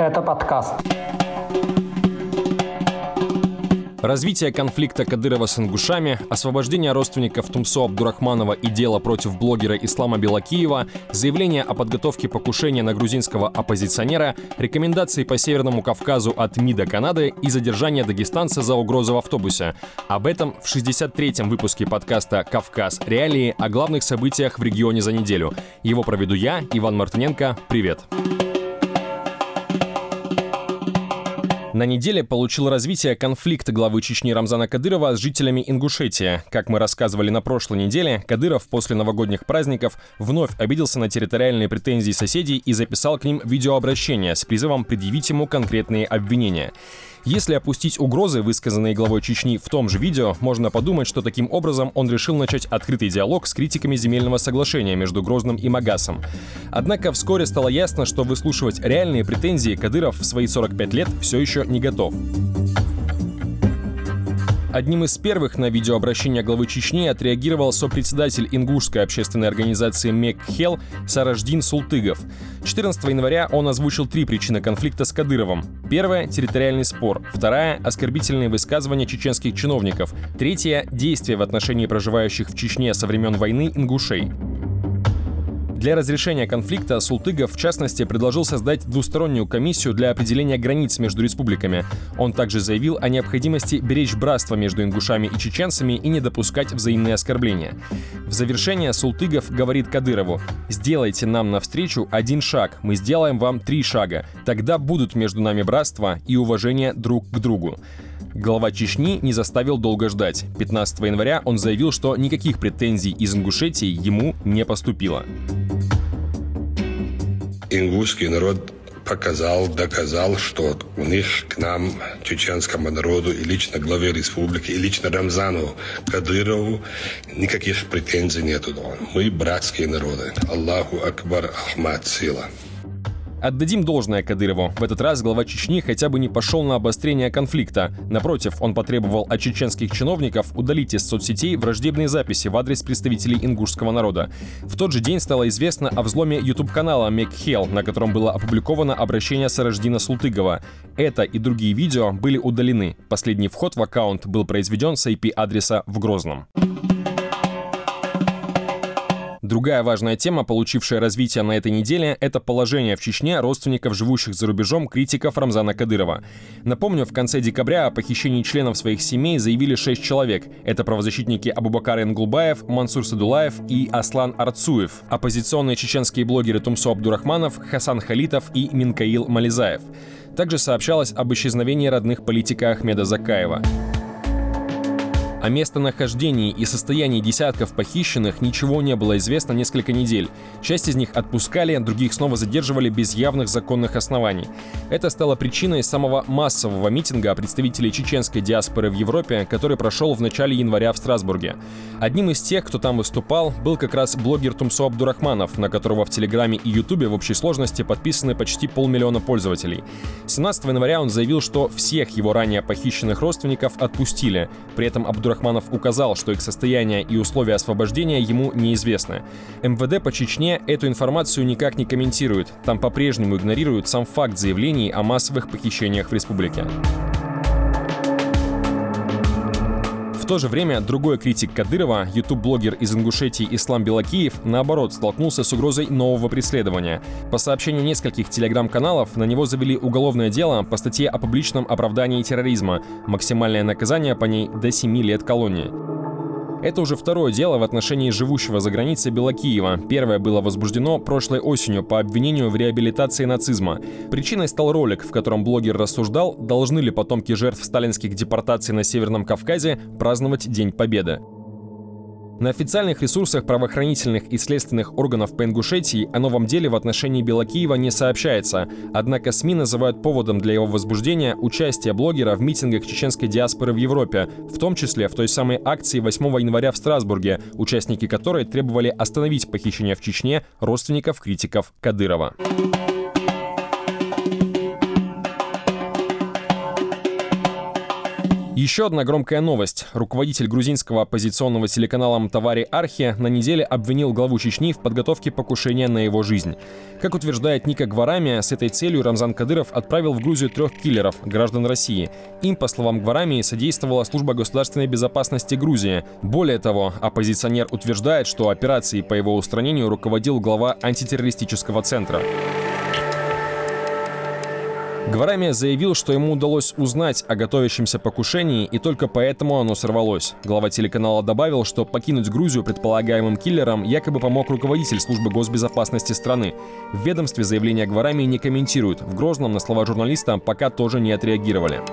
Это подкаст. Развитие конфликта Кадырова с ингушами, освобождение родственников Тумсо Абдурахманова и дело против блогера Ислама Белакиева, заявление о подготовке покушения на грузинского оппозиционера, рекомендации по Северному Кавказу от МИДа Канады и задержание дагестанца за угрозу в автобусе. Об этом в 63-м выпуске подкаста «Кавказ. Реалии» о главных событиях в регионе за неделю. Его проведу я, Иван Мартыненко. Привет! На неделе получил развитие конфликт главы Чечни Рамзана Кадырова с жителями Ингушетии. Как мы рассказывали на прошлой неделе, Кадыров после новогодних праздников вновь обиделся на территориальные претензии соседей и записал к ним видеообращение с призывом предъявить ему конкретные обвинения. Если опустить угрозы, высказанные главой Чечни в том же видео, можно подумать, что таким образом он решил начать открытый диалог с критиками земельного соглашения между Грозным и Магасом. Однако вскоре стало ясно, что выслушивать реальные претензии Кадыров в свои 45 лет все еще не готов. Одним из первых на видеообращение главы Чечни отреагировал сопредседатель ингушской общественной организации МЕКХЕЛ Сараждин Султыгов. 14 января он озвучил 3 причины конфликта с Кадыровым. Первая – территориальный спор. Вторая – оскорбительные высказывания чеченских чиновников. Третья – действия в отношении проживающих в Чечне со времен войны ингушей. Для разрешения конфликта Султыгов, в частности, предложил создать двустороннюю комиссию для определения границ между республиками. Он также заявил о необходимости беречь братство между ингушами и чеченцами и не допускать взаимные оскорбления. В завершение Султыгов говорит Кадырову: «Сделайте нам навстречу один шаг, мы сделаем вам 3 шага. Тогда будут между нами братство и уважение друг к другу». Глава Чечни не заставил долго ждать. 15 января он заявил, что никаких претензий из Ингушетии ему не поступило. Ингушский народ доказал, что у них к нам, чеченскому народу, и лично главе республики, и лично Рамзану Кадырову никаких претензий нету. Мы братские народы. Аллаху Акбар, Ахмад, сила. Отдадим должное Кадырову. В этот раз глава Чечни хотя бы не пошел на обострение конфликта. Напротив, он потребовал от чеченских чиновников удалить из соцсетей враждебные записи в адрес представителей ингушского народа. В тот же день стало известно о взломе YouTube-канала МЕКХЕЛ, на котором было опубликовано обращение Сараждина Султыгова. Это и другие видео были удалены. Последний вход в аккаунт был произведен с IP-адреса в Грозном. Другая важная тема, получившая развитие на этой неделе, это положение в Чечне родственников живущих за рубежом критиков Рамзана Кадырова. Напомню, в конце декабря о похищении членов своих семей заявили 6 человек. Это правозащитники Абубакар Энгулбаев, Мансур Садулаев и Аслан Арцуев, оппозиционные чеченские блогеры Тумсо Абдурахманов, Хасан Халитов и Минкаил Мализаев. Также сообщалось об исчезновении родных политика Ахмеда Закаева. О местонахождении и состоянии десятков похищенных ничего не было известно несколько недель. Часть из них отпускали, других снова задерживали без явных законных оснований. Это стало причиной самого массового митинга представителей чеченской диаспоры в Европе, который прошел в начале января в Страсбурге. Одним из тех, кто там выступал, был как раз блогер Тумсо Абдурахманов, на которого в Телеграме и Ютубе в общей сложности подписаны почти 500 000 пользователей. 17 января он заявил, что всех его ранее похищенных родственников отпустили. При этом Абдурахманов указал, что их состояние и условия освобождения ему неизвестны. МВД по Чечне эту информацию никак не комментирует. Там по-прежнему игнорируют сам факт заявлений о массовых похищениях в республике. В то же время другой критик Кадырова, ютуб-блогер из Ингушетии Ислам Белакиев, наоборот, столкнулся с угрозой нового преследования. По сообщению нескольких телеграм-каналов, на него завели уголовное дело по статье о публичном оправдании терроризма. Максимальное наказание по ней до 7 лет колонии. Это уже второе дело в отношении живущего за границей Белакиева. Первое было возбуждено прошлой осенью по обвинению в реабилитации нацизма. Причиной стал ролик, в котором блогер рассуждал, должны ли потомки жертв сталинских депортаций на Северном Кавказе праздновать День Победы. На официальных ресурсах правоохранительных и следственных органов по Ингушетии о новом деле в отношении Белакиева не сообщается. Однако СМИ называют поводом для его возбуждения участие блогера в митингах чеченской диаспоры в Европе, в том числе в той самой акции 8 января в Страсбурге, участники которой требовали остановить похищение в Чечне родственников критиков Кадырова. Еще одна громкая новость. Руководитель грузинского оппозиционного телеканала Мтавари Архи на неделе обвинил главу Чечни в подготовке покушения на его жизнь. Как утверждает Ника Гварамия, с этой целью Рамзан Кадыров отправил в Грузию 3 киллеров, граждан России. Им, по словам Гварамии, содействовала служба государственной безопасности Грузии. Более того, оппозиционер утверждает, что операцией по его устранению руководил глава антитеррористического центра. Гварамия заявил, что ему удалось узнать о готовящемся покушении, и только поэтому оно сорвалось. Глава телеканала добавил, что покинуть Грузию предполагаемым киллерам якобы помог руководитель службы госбезопасности страны. В ведомстве заявление Гварамии не комментируют. В Грозном на слова журналиста пока тоже не отреагировали.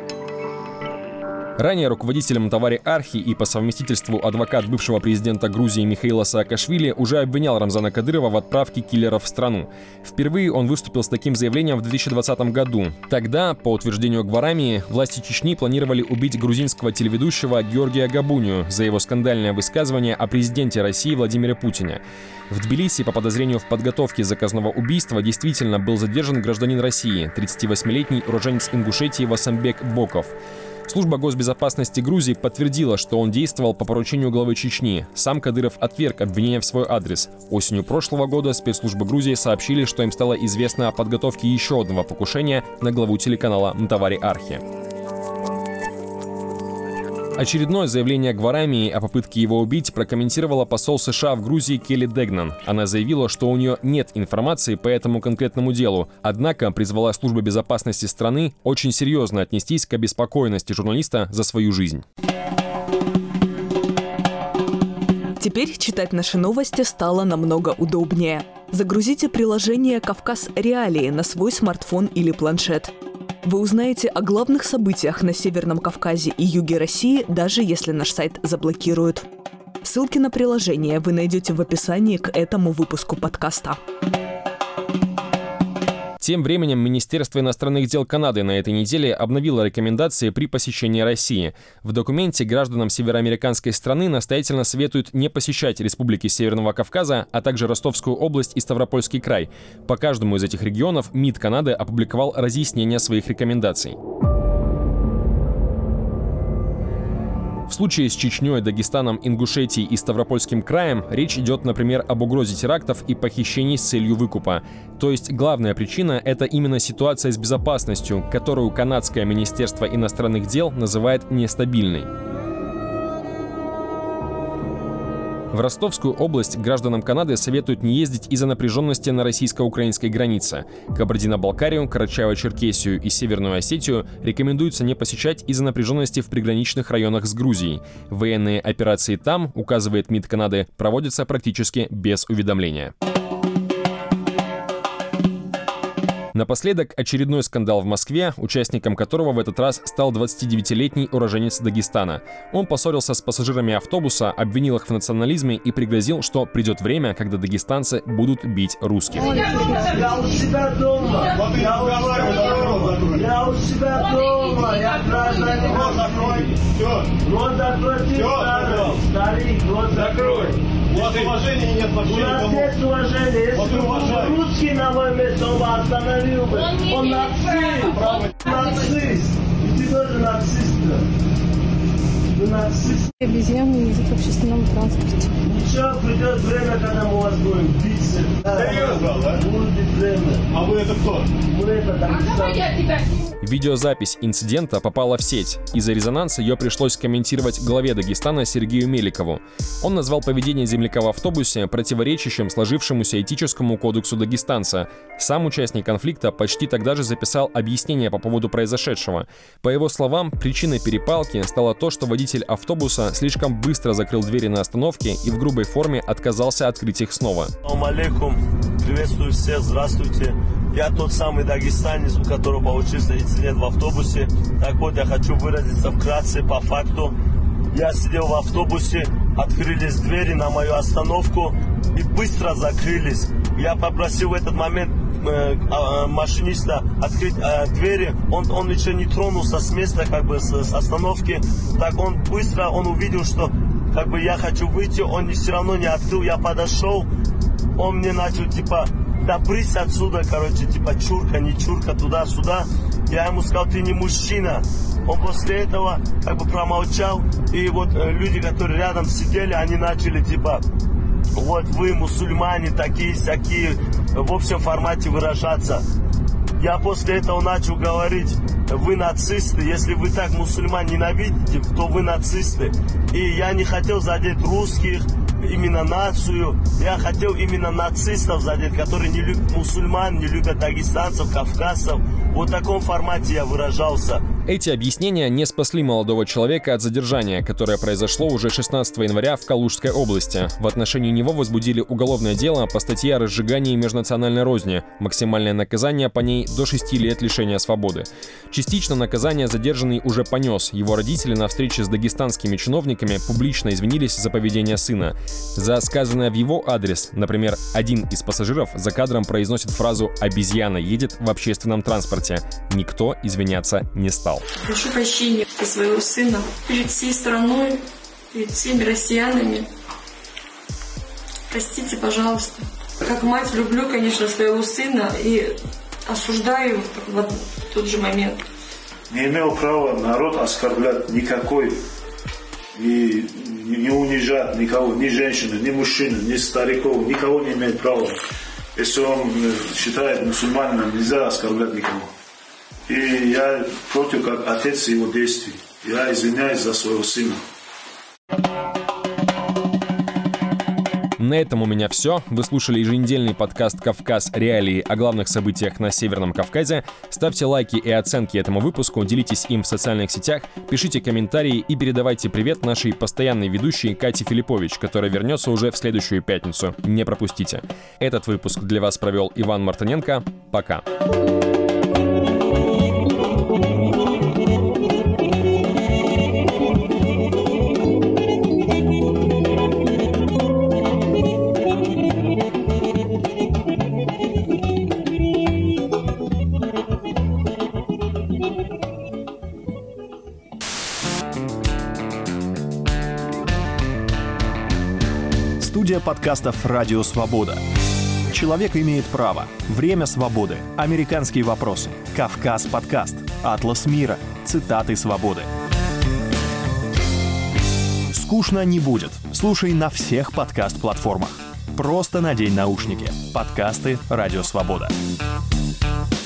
Ранее руководитель Мтавари Архи и по совместительству адвокат бывшего президента Грузии Михаила Саакашвили уже обвинял Рамзана Кадырова в отправке киллеров в страну. Впервые он выступил с таким заявлением в 2020 году. Тогда, по утверждению Гварамии, власти Чечни планировали убить грузинского телеведущего Георгия Габунию за его скандальное высказывание о президенте России Владимире Путине. В Тбилиси по подозрению в подготовке заказного убийства действительно был задержан гражданин России, 38-летний уроженец Ингушетии Васамбек Боков. Служба госбезопасности Грузии подтвердила, что он действовал по поручению главы Чечни. Сам Кадыров отверг обвинения в свой адрес. Осенью прошлого года спецслужбы Грузии сообщили, что им стало известно о подготовке еще одного покушения на главу телеканала Мтавари Архи. Очередное заявление Гварамии о попытке его убить прокомментировала посол США в Грузии Келли Дегнан. Она заявила, что у нее нет информации по этому конкретному делу, однако призвала службу безопасности страны очень серьезно отнестись к обеспокоенности журналиста за свою жизнь. Теперь читать наши новости стало намного удобнее. Загрузите приложение «Кавказ Реалии» на свой смартфон или планшет. Вы узнаете о главных событиях на Северном Кавказе и юге России, даже если наш сайт заблокируют. Ссылки на приложение вы найдете в описании к этому выпуску подкаста. Тем временем Министерство иностранных дел Канады на этой неделе обновило рекомендации при посещении России. В документе гражданам североамериканской страны настоятельно советуют не посещать республики Северного Кавказа, а также Ростовскую область и Ставропольский край. По каждому из этих регионов МИД Канады опубликовал разъяснение своих рекомендаций. В случае с Чечней, Дагестаном, Ингушетией и Ставропольским краем речь идет, например, об угрозе терактов и похищений с целью выкупа. То есть главная причина – это именно ситуация с безопасностью, которую канадское Министерство иностранных дел называет нестабильной. В Ростовскую область гражданам Канады советуют не ездить из-за напряженности на российско-украинской границе. Кабардино-Балкарию, Карачаево-Черкесию и Северную Осетию рекомендуется не посещать из-за напряженности в приграничных районах с Грузией. Военные операции там, указывает МИД Канады, проводятся практически без уведомления. Напоследок очередной скандал в Москве, участником которого в этот раз стал 29-летний уроженец Дагестана. Он поссорился с пассажирами автобуса, обвинил их в национализме и пригрозил, что придет время, когда дагестанцы будут бить русских. Я у себя дома. Я у себя дома. Я гражданин. Рот закрой. Все. Рот закрой. Старик, рот закрой. У вас уважения нет вообще. У нас есть уважение. Если бы русский на мое место, он бы остановил бы. Он нацист. Нацист. И ты тоже нацист. Вы нацист. Обезьяны ездят в общественном транспорте. Ничего, придет время, когда мы вас будем биться. Серьезно, да? Будет время. А вы это кто? Мы это Дагестан. Видеозапись инцидента попала в сеть. Из-за резонанса ее пришлось комментировать главе Дагестана Сергею Меликову. Он назвал поведение земляка в автобусе противоречащим сложившемуся этическому кодексу дагестанца. Сам участник конфликта почти тогда же записал объяснение по поводу произошедшего. По его словам, причиной перепалки стало то, что водитель автобуса слишком быстро закрыл двери на остановке и в грубой форме отказался открыть их снова. Ассаламу алейкум. Приветствую всех, здравствуйте. Я тот самый дагестанец, у которого получился инцидент в автобусе. Так вот, я хочу выразиться вкратце по факту. Я сидел в автобусе, открылись двери на мою остановку и быстро закрылись. Я попросил в этот момент машиниста открыть двери. Он еще не тронулся с места, с остановки. Так он быстро, он увидел, что я хочу выйти, он все равно не открыл. Я подошел, он мне начал да брысь отсюда, короче, типа чурка, не чурка, туда-сюда. Я ему сказал, ты не мужчина. Он после этого как бы промолчал, и вот люди, которые рядом сидели, они начали типа, вот вы мусульмане, такие-сякие, в общем формате выражаться. Я после этого начал говорить, вы нацисты, если вы так мусульман ненавидите, то вы нацисты. И я не хотел задеть русских, именно нацию, я хотел именно нацистов задеть, которые не любят мусульман, не любят дагестанцев, кавказцев. Вот в таком формате я выражался. Эти объяснения не спасли молодого человека от задержания, которое произошло уже 16 января в Калужской области. В отношении него возбудили уголовное дело по статье о разжигании межнациональной розни. Максимальное наказание по ней до 6 лет лишения свободы. Частично наказание задержанный уже понес. Его родители на встрече с дагестанскими чиновниками публично извинились за поведение сына. За сказанное в его адрес, например, один из пассажиров за кадром произносит фразу «обезьяна едет в общественном транспорте». Никто извиняться не стал. Прошу прощения за своего сына перед всей страной, перед всеми россиянами. Простите, пожалуйста. Как мать люблю, конечно, своего сына и осуждаю в тот же момент. Не имел права народ оскорблять никакой и не унижать никого, ни женщину, ни мужчину, ни стариков, никого не имеет права. Если он считает мусульманином, нельзя оскорблять никого. И я против, как отец, его действий. Я извиняюсь за своего сына. На этом у меня все. Вы слушали еженедельный подкаст «Кавказ. Реалии» о главных событиях на Северном Кавказе. Ставьте лайки и оценки этому выпуску, делитесь им в социальных сетях, пишите комментарии и передавайте привет нашей постоянной ведущей Кате Филиппович, которая вернется уже в следующую пятницу. Не пропустите. Этот выпуск для вас провел Иван Мартыненко. Пока. Студия подкастов «Радио Свобода». Человек имеет право. Время свободы. Американские вопросы. Кавказ подкаст. Атлас мира. Цитаты свободы. Скучно не будет. Слушай на всех подкаст-платформах. Просто надень наушники. Подкасты «Радио Свобода».